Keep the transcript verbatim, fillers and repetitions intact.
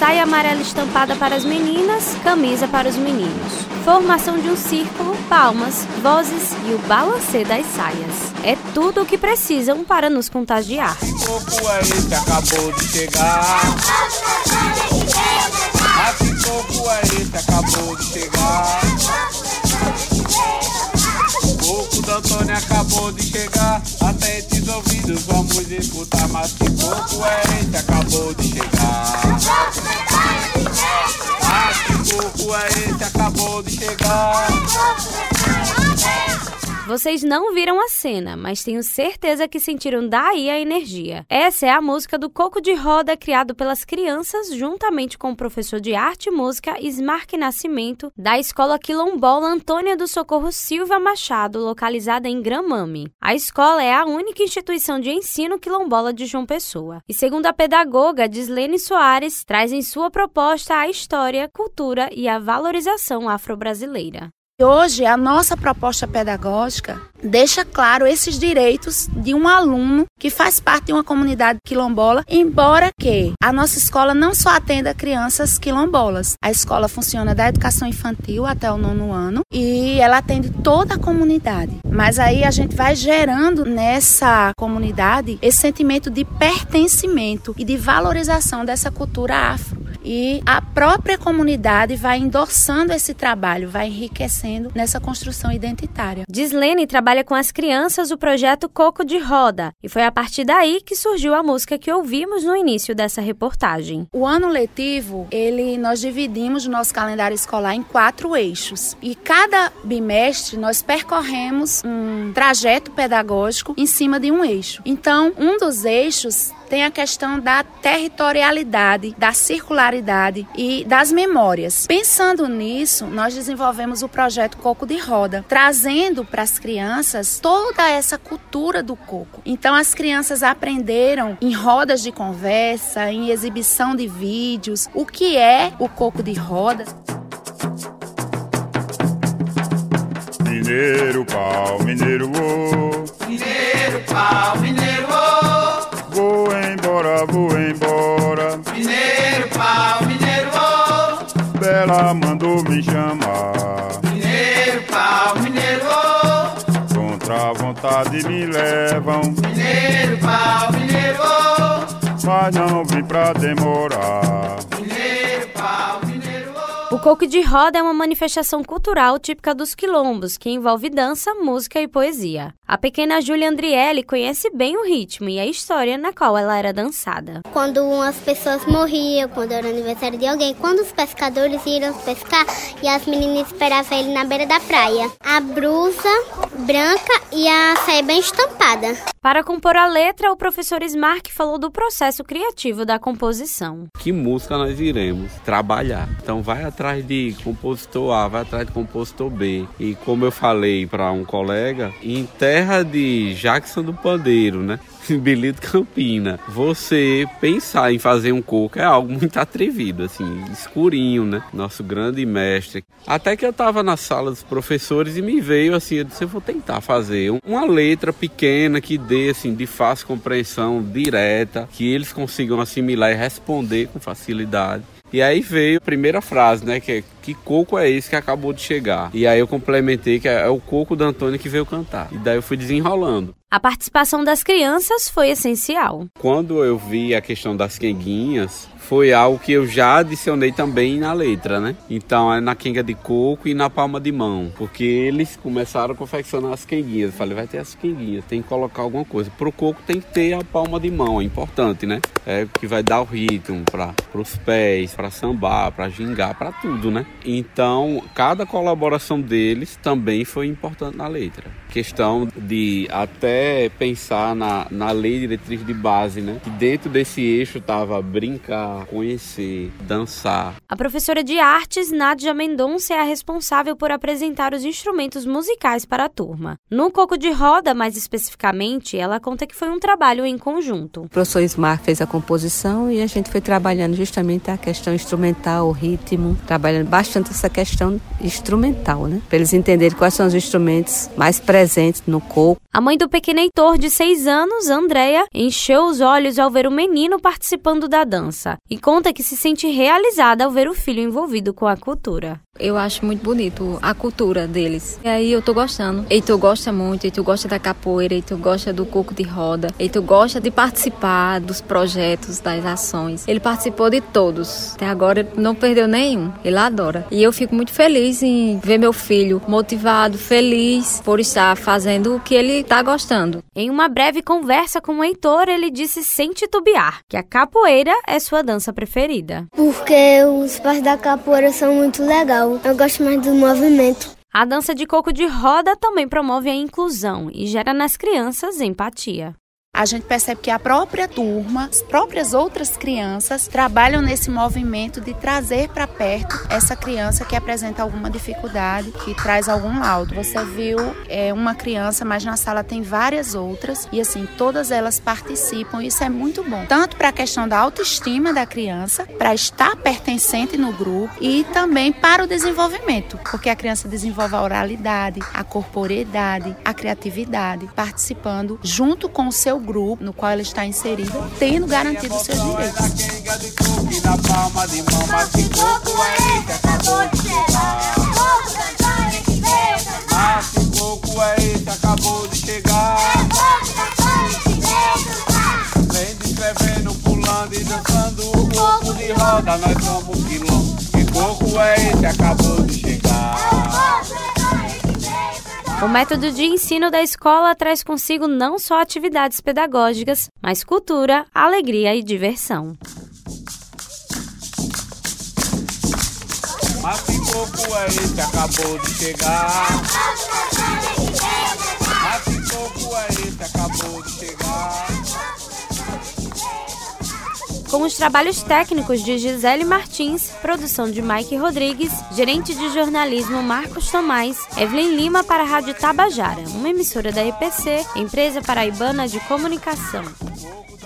saia amarela estampada para as meninas, camisa para os meninos. Formação de um círculo, palmas, vozes e o balancê das saias. É tudo o que precisam para nos contagiar. Que coco é esse? Acabou de chegar. Ah, que coco é esse? Acabou de chegar. O coco da Antônia acabou de chegar. Atente os ouvidos, vamos escutar. Mas que coco é esse? Acabou de chegar. Ah, que coco é esse? Acabou de chegar. Vocês não viram a cena, mas tenho certeza que sentiram daí a energia. Essa é a música do Coco de Roda, criado pelas crianças, juntamente com o professor de arte e música Ismarque Nascimento, da Escola Quilombola Antônia do Socorro Silva Machado, localizada em Gramame. A escola é a única instituição de ensino quilombola de João Pessoa. E segundo a pedagoga Dislene Soares, traz em sua proposta a história, cultura e a valorização afro-brasileira. Hoje, a nossa proposta pedagógica deixa claro esses direitos de um aluno que faz parte de uma comunidade quilombola, embora que a nossa escola não só atenda crianças quilombolas. A escola funciona da educação infantil até o nono ano e ela atende toda a comunidade. Mas aí a gente vai gerando nessa comunidade esse sentimento de pertencimento e de valorização dessa cultura afro. E a própria comunidade vai endossando esse trabalho, vai enriquecendo nessa construção identitária. Dislene trabalha com as crianças o projeto Coco de Roda e foi a partir daí que surgiu a música que ouvimos no início dessa reportagem. O ano letivo, ele, nós dividimos o nosso calendário escolar em quatro eixos e cada bimestre nós percorremos um trajeto pedagógico em cima de um eixo. Então, um dos eixos tem a questão da territorialidade, da circularidade e das memórias. Pensando nisso, nós desenvolvemos o projeto Coco de Roda, trazendo para as crianças toda essa cultura do coco. Então, as crianças aprenderam em rodas de conversa, em exibição de vídeos, o que é o coco de roda. Mineiro, pau, mineiro, ô. Mineiro, pau, mineiro, ô. Vou embora, vou embora. Mineiro, pau, mineiro, ô. Bela mandou me chamar. Mineiro, pau, mineiro, ô. Contra a vontade me levam. Mineiro, pau, mineiro, ô. Mas não vim pra demorar. Mineiro, pau, mineiro, ô. O Coco de Roda é uma manifestação cultural típica dos quilombos, que envolve dança, música e poesia. A pequena Júlia Andriele conhece bem o ritmo e a história na qual ela era dançada. Quando umas pessoas morriam, quando era aniversário de alguém, quando os pescadores iam pescar e as meninas esperavam ele na beira da praia. A blusa branca e a saia bem estampada. Para compor a letra, o professor Ismarque falou do processo criativo da composição. Que música nós iremos trabalhar? Então vai atrás de compositor A, vai atrás de compositor B. E como eu falei para um colega, em terra de Jackson do Pandeiro, né? Belito Campina. Você pensar em fazer um coco é algo muito atrevido, assim, escurinho, né? Nosso grande mestre. Até que eu tava na sala dos professores e me veio assim, eu disse, eu vou tentar fazer uma letra pequena que dê, assim, de fácil compreensão, direta, que eles consigam assimilar e responder com facilidade. E aí veio a primeira frase, né, que é, que coco é esse que acabou de chegar? E aí eu complementei que é o coco da Antônia que veio cantar. E daí eu fui desenrolando. A participação das crianças foi essencial. Quando eu vi a questão das quenguinhas, foi algo que eu já adicionei também na letra, né? Então é na quenga de coco e na palma de mão, porque eles começaram a confeccionar as quenguinhas. Eu falei, vai ter as quenguinhas, tem que colocar alguma coisa. Pro coco tem que ter a palma de mão, é importante, né? É que vai dar o ritmo para os pés, para sambar, para gingar, para tudo, né? Então, cada colaboração deles também foi importante na letra. Questão de até pensar na, na lei diretriz de base, né? Que dentro desse eixo estava brincar, conhecer, dançar. A professora de artes, Nádia Mendonça, é a responsável por apresentar os instrumentos musicais para a turma. No Coco de Roda, mais especificamente, ela conta que foi um trabalho em conjunto. O professor Ismarque fez a composição e a gente foi trabalhando justamente a questão instrumental, o ritmo, trabalhando bastante bastante essa questão instrumental, né? Para eles entenderem quais são os instrumentos mais presentes no coco. A mãe do pequeno Heitor, de seis anos, Andréia, encheu os olhos ao ver o menino participando da dança e conta que se sente realizada ao ver o filho envolvido com a cultura. Eu acho muito bonito a cultura deles. E aí eu tô gostando. Heitor gosta muito, Heitor gosta da capoeira, Heitor gosta do coco de roda, Heitor gosta de participar dos projetos, das ações. Ele participou de todos. Até agora ele não perdeu nenhum. Ele adora. E eu fico muito feliz em ver meu filho motivado, feliz por estar fazendo o que ele tá gostando. Em uma breve conversa com o Heitor, ele disse sem titubear que a capoeira é sua dança preferida. Porque os passos da capoeira são muito legais. Eu gosto mais do movimento. A dança de coco de roda também promove a inclusão e gera nas crianças empatia. A gente percebe que a própria turma, as próprias outras crianças trabalham nesse movimento de trazer para perto essa criança que apresenta alguma dificuldade, que traz algum laudo. Você viu é, uma criança, mas na sala tem várias outras e assim, todas elas participam. Isso é muito bom, tanto para a questão da autoestima da criança, para estar pertencente no grupo e também para o desenvolvimento, porque a criança desenvolve a oralidade, a corporeidade, a criatividade, participando junto com o seu grupo no qual ela está inserida, tendo garantido os seus direitos. Acabou de chegar. Vem descrevendo, pulando e dançando o coco de roda. Nós somos quilombo. Que coco é esse? Acabou de chegar. O método de ensino da escola traz consigo não só atividades pedagógicas, mas cultura, alegria e diversão. Mas que coco é esse? Acabou de chegar. Mas que coco é esse? Acabou de chegar. Com os trabalhos técnicos de Gisele Martins, produção de Mike Rodrigues, gerente de jornalismo Marcos Tomás, Evelyn Lima para a Rádio Tabajara, uma emissora da E P C, Empresa Paraibana de Comunicação.